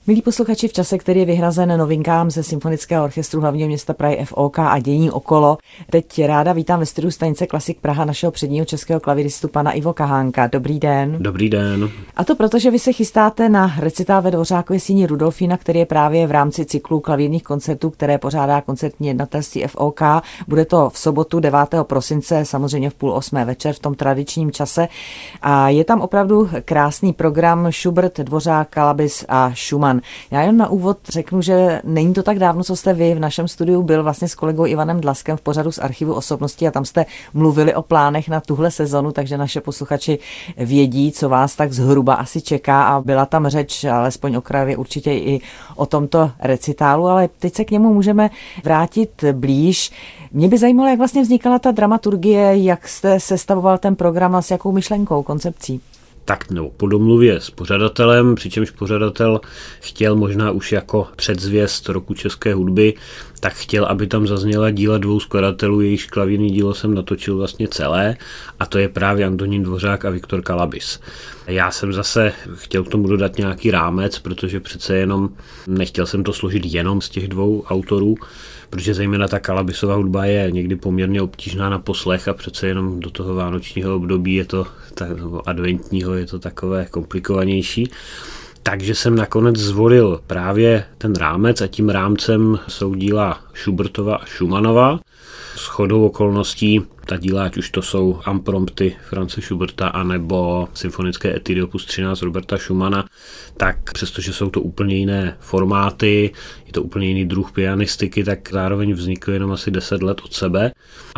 Milí posluchači, v čase, který je vyhrazen novinkám ze Symfonického orchestru hlavního města Prahy FOK a dění okolo, teď ráda vítám ve studiu stanice Klasik Praha našeho předního českého klaviristu pana Ivo Kahánka. Dobrý den. Dobrý den. A to proto, že vy se chystáte na recitál ve Dvořákově síni Rudolfína, který je právě v rámci cyklu klavírních koncertů, které pořádá koncertní jednatelství FOK. Bude to v sobotu 9. prosince, samozřejmě v 7:30 večer v tom tradičním čase. A je tam opravdu krásný program Schubert, Dvořák, Kalabis a Schumann. Já jen na úvod řeknu, že není to tak dávno, co jste vy v našem studiu byl vlastně s kolegou Ivanem Dlaskem v pořadu z Archivu osobností a tam jste mluvili o plánech na tuhle sezonu, takže naše posluchači vědí, co vás tak zhruba asi čeká a byla tam řeč, alespoň okrajově určitě i o tomto recitálu, ale teď se k němu můžeme vrátit blíž. Mě by zajímalo, jak vlastně vznikala ta dramaturgie, jak jste sestavoval ten program a s jakou myšlenkou, koncepcí. Tak nebo po domluvě s pořadatelem, přičemž pořadatel chtěl možná už jako předzvěst roku české hudby, tak chtěl, aby tam zazněla díla dvou skladatelů, jejichž klavírní dílo jsem natočil vlastně celé, a to je právě Antonín Dvořák a Viktor Kalabis. Já jsem zase chtěl k tomu dodat nějaký rámec, protože přece jenom nechtěl jsem to složit jenom z těch dvou autorů, protože zejména ta Kalabisova hudba je někdy poměrně obtížná na poslech a přece jenom do toho vánočního období je to adventního, je to takové komplikovanější. Takže jsem nakonec zvolil právě ten rámec a tím rámcem jsou díla Schubertova a Schumannova. Shodou okolností ta díla, ať už to jsou Imprompty Franze Schuberta anebo symfonické etudy opus 13 Roberta Schumana, tak přestože jsou to úplně jiné formáty, je to úplně jiný druh pianistiky, tak zároveň vznikly jenom asi 10 let od sebe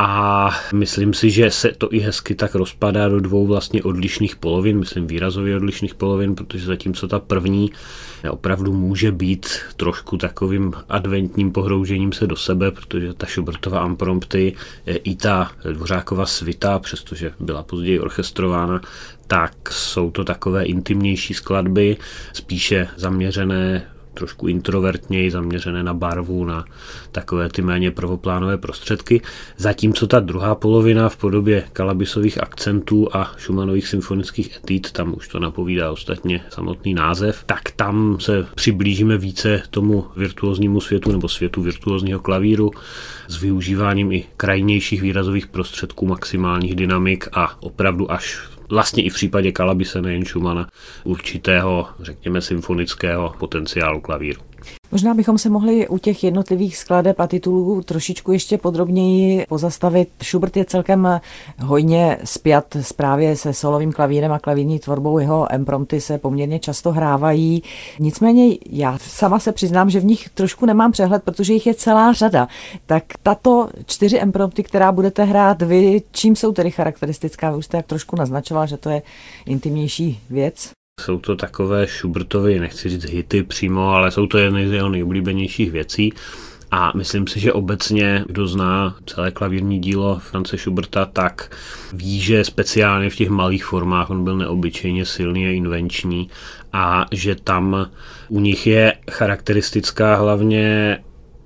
a myslím si, že se to i hezky tak rozpadá do dvou vlastně odlišných polovin, myslím výrazově odlišných polovin, protože zatímco ta první opravdu může být trošku takovým adventním pohroužením se do sebe, protože ta Schubertova Imprompty i ta Dvořákova svita, přestože byla později orchestrována, tak jsou to takové intimnější skladby, spíše zaměřené trošku introvertněji, zaměřené na barvu, na takové ty méně prvoplánové prostředky. Zatímco ta druhá polovina v podobě Kalabisových akcentů a Schumannových symfonických etud, tam už to napovídá ostatně samotný název, tak tam se přiblížíme více tomu virtuóznímu světu nebo světu virtuózního klavíru s využíváním i krajnějších výrazových prostředků, maximálních dynamik a opravdu až vlastně i v případě Kalabise, nejen Schumanna, určitého, řekněme, symfonického potenciálu klavíru. Možná bychom se mohli u těch jednotlivých skladeb a titulů trošičku ještě podrobněji pozastavit. Schubert je celkem hojně spjat právě se solovým klavírem a klavírní tvorbou, jeho imprompty se poměrně často hrávají. Nicméně já sama se přiznám, že v nich trošku nemám přehled, protože jich je celá řada. Tak tato 4 imprompty, která budete hrát vy, čím jsou tedy charakteristická? Vy už jste jak trošku naznačoval, že to je intimnější věc. Jsou to takové Schubertovy, nechci říct hity přímo, ale jsou to jedny z jeho nejoblíbenějších věcí. A myslím si, že obecně, kdo zná celé klavírní dílo Franze Schuberta, tak ví, že speciálně v těch malých formách on byl neobyčejně silný a invenční a že tam u nich je charakteristická hlavně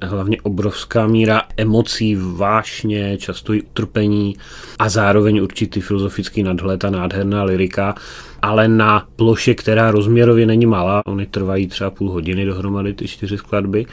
obrovská míra emocí, vášně, často i utrpení a zároveň určitý filozofický nadhled a nádherná lyrika, ale na ploše, která rozměrově není malá, ony trvají třeba půl hodiny dohromady ty 4 skladby,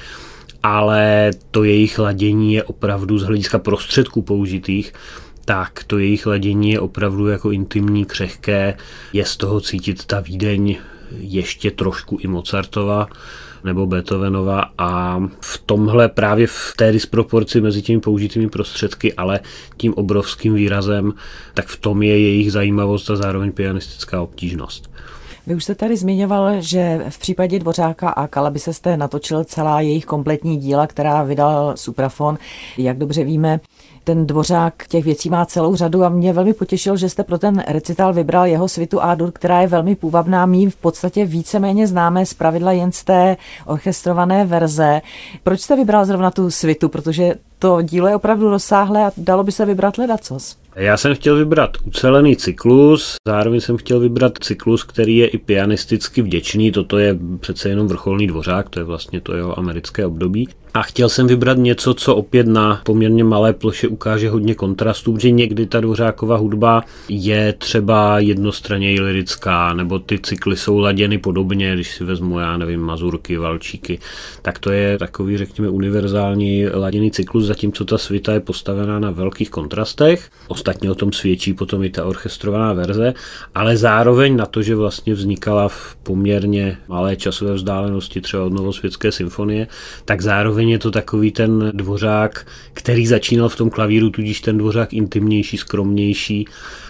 ale to jejich ladění je opravdu z hlediska prostředků použitých, tak to jejich ladění je opravdu jako intimní, křehké, je z toho cítit ta Vídeň ještě trošku i Mozartova nebo Beethovenova a v tomhle právě v té disproporci mezi těmi použitými prostředky, ale tím obrovským výrazem, tak v tom je jejich zajímavost a zároveň pianistická obtížnost. Vy už jste tady zmiňoval, že v případě Dvořáka a Kalabise jste natočil celá jejich kompletní díla, která vydal Supraphon. Jak dobře víme, ten Dvořák těch věcí má celou řadu a mě velmi potěšilo, že jste pro ten recital vybral jeho svitu A-dur, která je velmi půvabná, mým v podstatě víceméně známé zpravidla jen z té orchestrované verze. Proč jste vybral zrovna tu svitu? Protože to dílo je opravdu rozsáhlé a dalo by se vybrat ledacos. Já jsem chtěl vybrat ucelený cyklus, zároveň jsem chtěl vybrat cyklus, který je i pianisticky vděčný, toto je přece jenom vrcholný dvořák, to je vlastně to jeho americké období. A chtěl jsem vybrat něco, co opět na poměrně malé ploše ukáže hodně kontrastů, protože někdy ta dvořáková hudba je třeba jednostranně lyrická, nebo ty cykly jsou laděny podobně, když si vezmu, já nevím, mazurky, valčíky, tak to je takový, řekněme, univerzální laděný cyklus, zatímco ta svita je postavená na velkých kontrastech. Ostatně o tom svědčí potom i ta orchestrovaná verze, ale zároveň na to, že vlastně vznikala v poměrně malé časové vzdálenosti třeba od Novosvětské symfonie, tak zároveň je to takový ten dvořák, který začínal v tom klavíru, tudíž ten dvořák intimnější, skromnější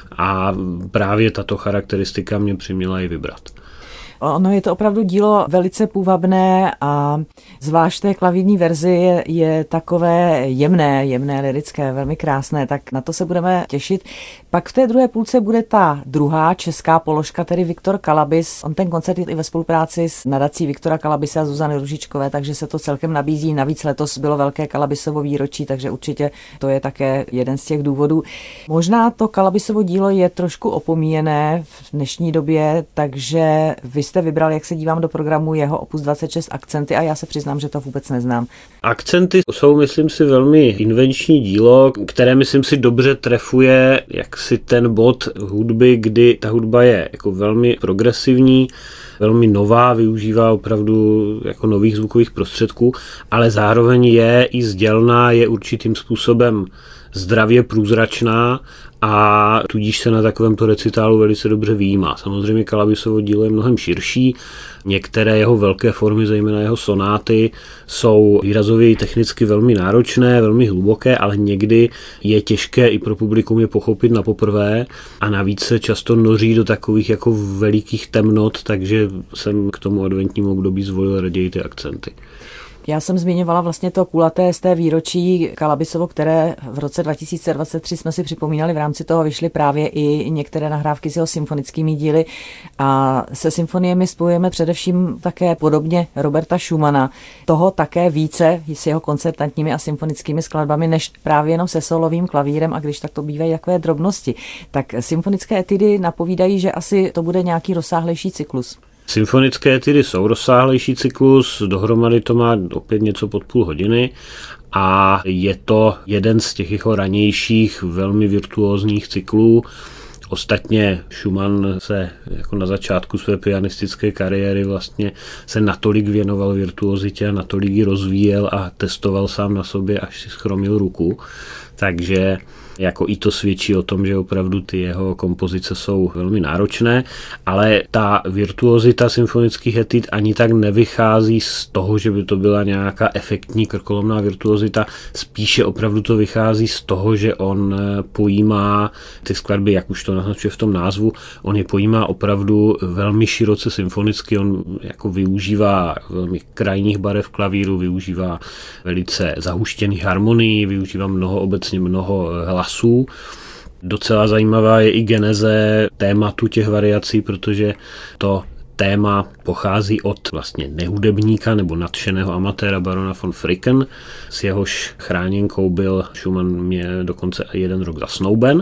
a právě tato charakteristika mě přiměla i vybrat. Ono je to opravdu dílo velice půvabné a zvlášť té klavírní verzi je takové jemné, lirické, velmi krásné, tak na to se budeme těšit. Pak v té druhé půlce bude ta druhá česká položka, tedy Viktor Kalabis. On ten koncert je i ve spolupráci s nadací Viktora Kalabise a Zuzany Ružičkové, takže se to celkem nabízí. Navíc letos bylo velké Kalabisovo výročí, takže určitě to je také jeden z těch důvodů. Možná to Kalabisovo dílo je trošku opomíjené v dnešní době, takže vy jste vybral, jak se dívám do programu, jeho opus 26 Akcenty a já se přiznám, že to vůbec neznám. Akcenty jsou, myslím si, velmi invenční dílo, které, myslím si, dobře trefuje jaksi ten bod hudby, kdy ta hudba je jako velmi progresivní, velmi nová, využívá opravdu jako nových zvukových prostředků, ale zároveň je i sdělná, je určitým způsobem zdravě průzračná a tudíž se na takovémto recitálu velice dobře vyjímá. Samozřejmě Kalabisovo dílo je mnohem širší, některé jeho velké formy, zejména jeho sonáty, jsou výrazově technicky velmi náročné, velmi hluboké, ale někdy je těžké i pro publikum je pochopit na poprvé a navíc se často noří do takových jako velikých temnot, takže jsem k tomu adventnímu období zvolil raději ty akcenty. Já jsem zmiňovala vlastně to kulaté z té výročí Kalabisovo, které v roce 2023 jsme si připomínali, v rámci toho vyšly právě i některé nahrávky s jeho symfonickými díly a se symfoniemi spojujeme především také podobně Roberta Schumana, toho také více s jeho koncertantními a symfonickými skladbami, než právě jenom se solovým klavírem a když tak to bývají takové drobnosti. Tak symfonické etidy napovídají, že asi to bude nějaký rozsáhlejší cyklus. Symfonické etidy jsou rozsáhlejší cyklus, dohromady to má opět něco pod půl hodiny a je to jeden z těch jeho ranějších velmi virtuózních cyklů. Ostatně Schumann se jako na začátku své pianistické kariéry vlastně se natolik věnoval virtuozitě a natolik ji rozvíjel a testoval sám na sobě, až si schromil ruku. Takže jako i to svědčí o tom, že opravdu ty jeho kompozice jsou velmi náročné, ale ta virtuozita symfonických etyd ani tak nevychází z toho, že by to byla nějaká efektní krkolomná virtuozita, spíše opravdu to vychází z toho, že on pojímá ty skladby, jak už to naznačuje v tom názvu, on je pojímá opravdu velmi široce symfonicky, on jako využívá velmi krajních barev klavíru, využívá velice zahuštěných harmonií, využívá obecně mnoho hlasů. Docela zajímavá je i geneze tématu těch variací, protože to téma pochází od vlastně nehudebníka nebo nadšeného amatéra barona von Fricken, s jehož chráněnkou byl Schumann mě dokonce 1 rok zasnouben.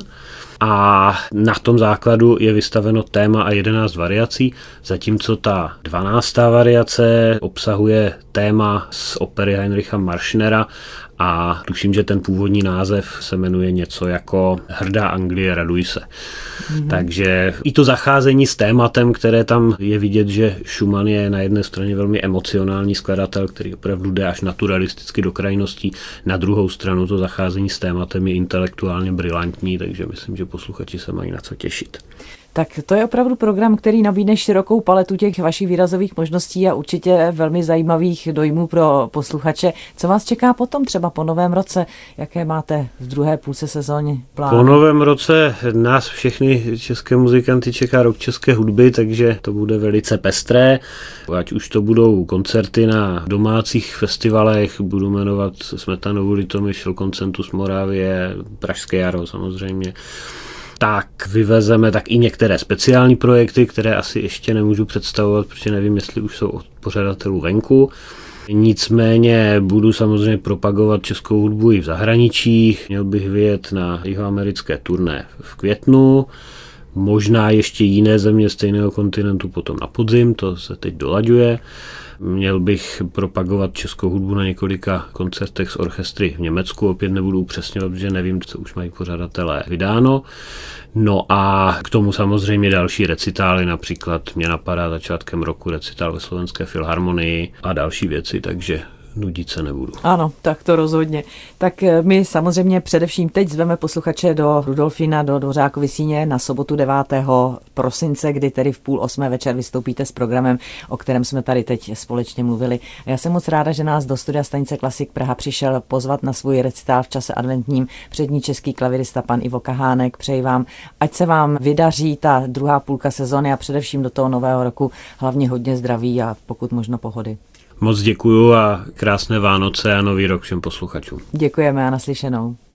A na tom základu je vystaveno téma a 11 variací, zatímco ta 12. variace obsahuje téma z opery Heinricha Marschnera a tuším, že ten původní název se jmenuje něco jako Hrdá Anglie, raduj se. Takže i to zacházení s tématem, které tam je vidět, že Schumann je na jedné straně velmi emocionální skladatel, který opravdu jde až naturalisticky do krajností, na druhou stranu to zacházení s tématem je intelektuálně brilantní, takže myslím, že posluchači se mají na co těšit. Tak to je opravdu program, který nabídne širokou paletu těch vašich výrazových možností a určitě velmi zajímavých dojmů pro posluchače. Co vás čeká potom, třeba po novém roce? Jaké máte v druhé půlce sezóny plány? Po novém roce nás všechny české muzikanty čeká rok české hudby, takže to bude velice pestré. Ať už to budou koncerty na domácích festivalech, budu jmenovat Smetanovu Litomyšl, Koncentus Moravie, Pražské jaro samozřejmě. Tak vyvezeme tak i některé speciální projekty, které asi ještě nemůžu představovat, protože nevím, jestli už jsou od pořadatelů venku. Nicméně budu samozřejmě propagovat českou hudbu i v zahraničí. Měl bych vyjet na jihoamerické turné v květnu, možná ještě jiné země stejného kontinentu potom na podzim, to se teď dolaďuje. Měl bych propagovat českou hudbu na několika koncertech s orchestry v Německu, opět nebudu upřesňovat, protože nevím, co už mají pořadatelé vydáno. No a k tomu samozřejmě další recitály, například mě napadá začátkem roku recitál ve Slovenské filharmonii a další věci, takže nudit se nebudu. Ano, tak to rozhodně. Tak my samozřejmě především teď zveme posluchače do Rudolfína, do Dvořákovy síně na sobotu 9. prosince, kdy tedy v 7:30 večer vystoupíte s programem, o kterém jsme tady teď společně mluvili. Já jsem moc ráda, že nás do studia stanice Klasik Praha přišel pozvat na svůj recitál v čase adventním přední český klavirista pan Ivo Kahánek. Přeji vám, ať se vám vydaří ta druhá půlka sezony a především do toho nového roku hlavně hodně zdraví a pokud možno pohody. Moc děkuju a krásné Vánoce a nový rok všem posluchačům. Děkujeme a naslyšenou.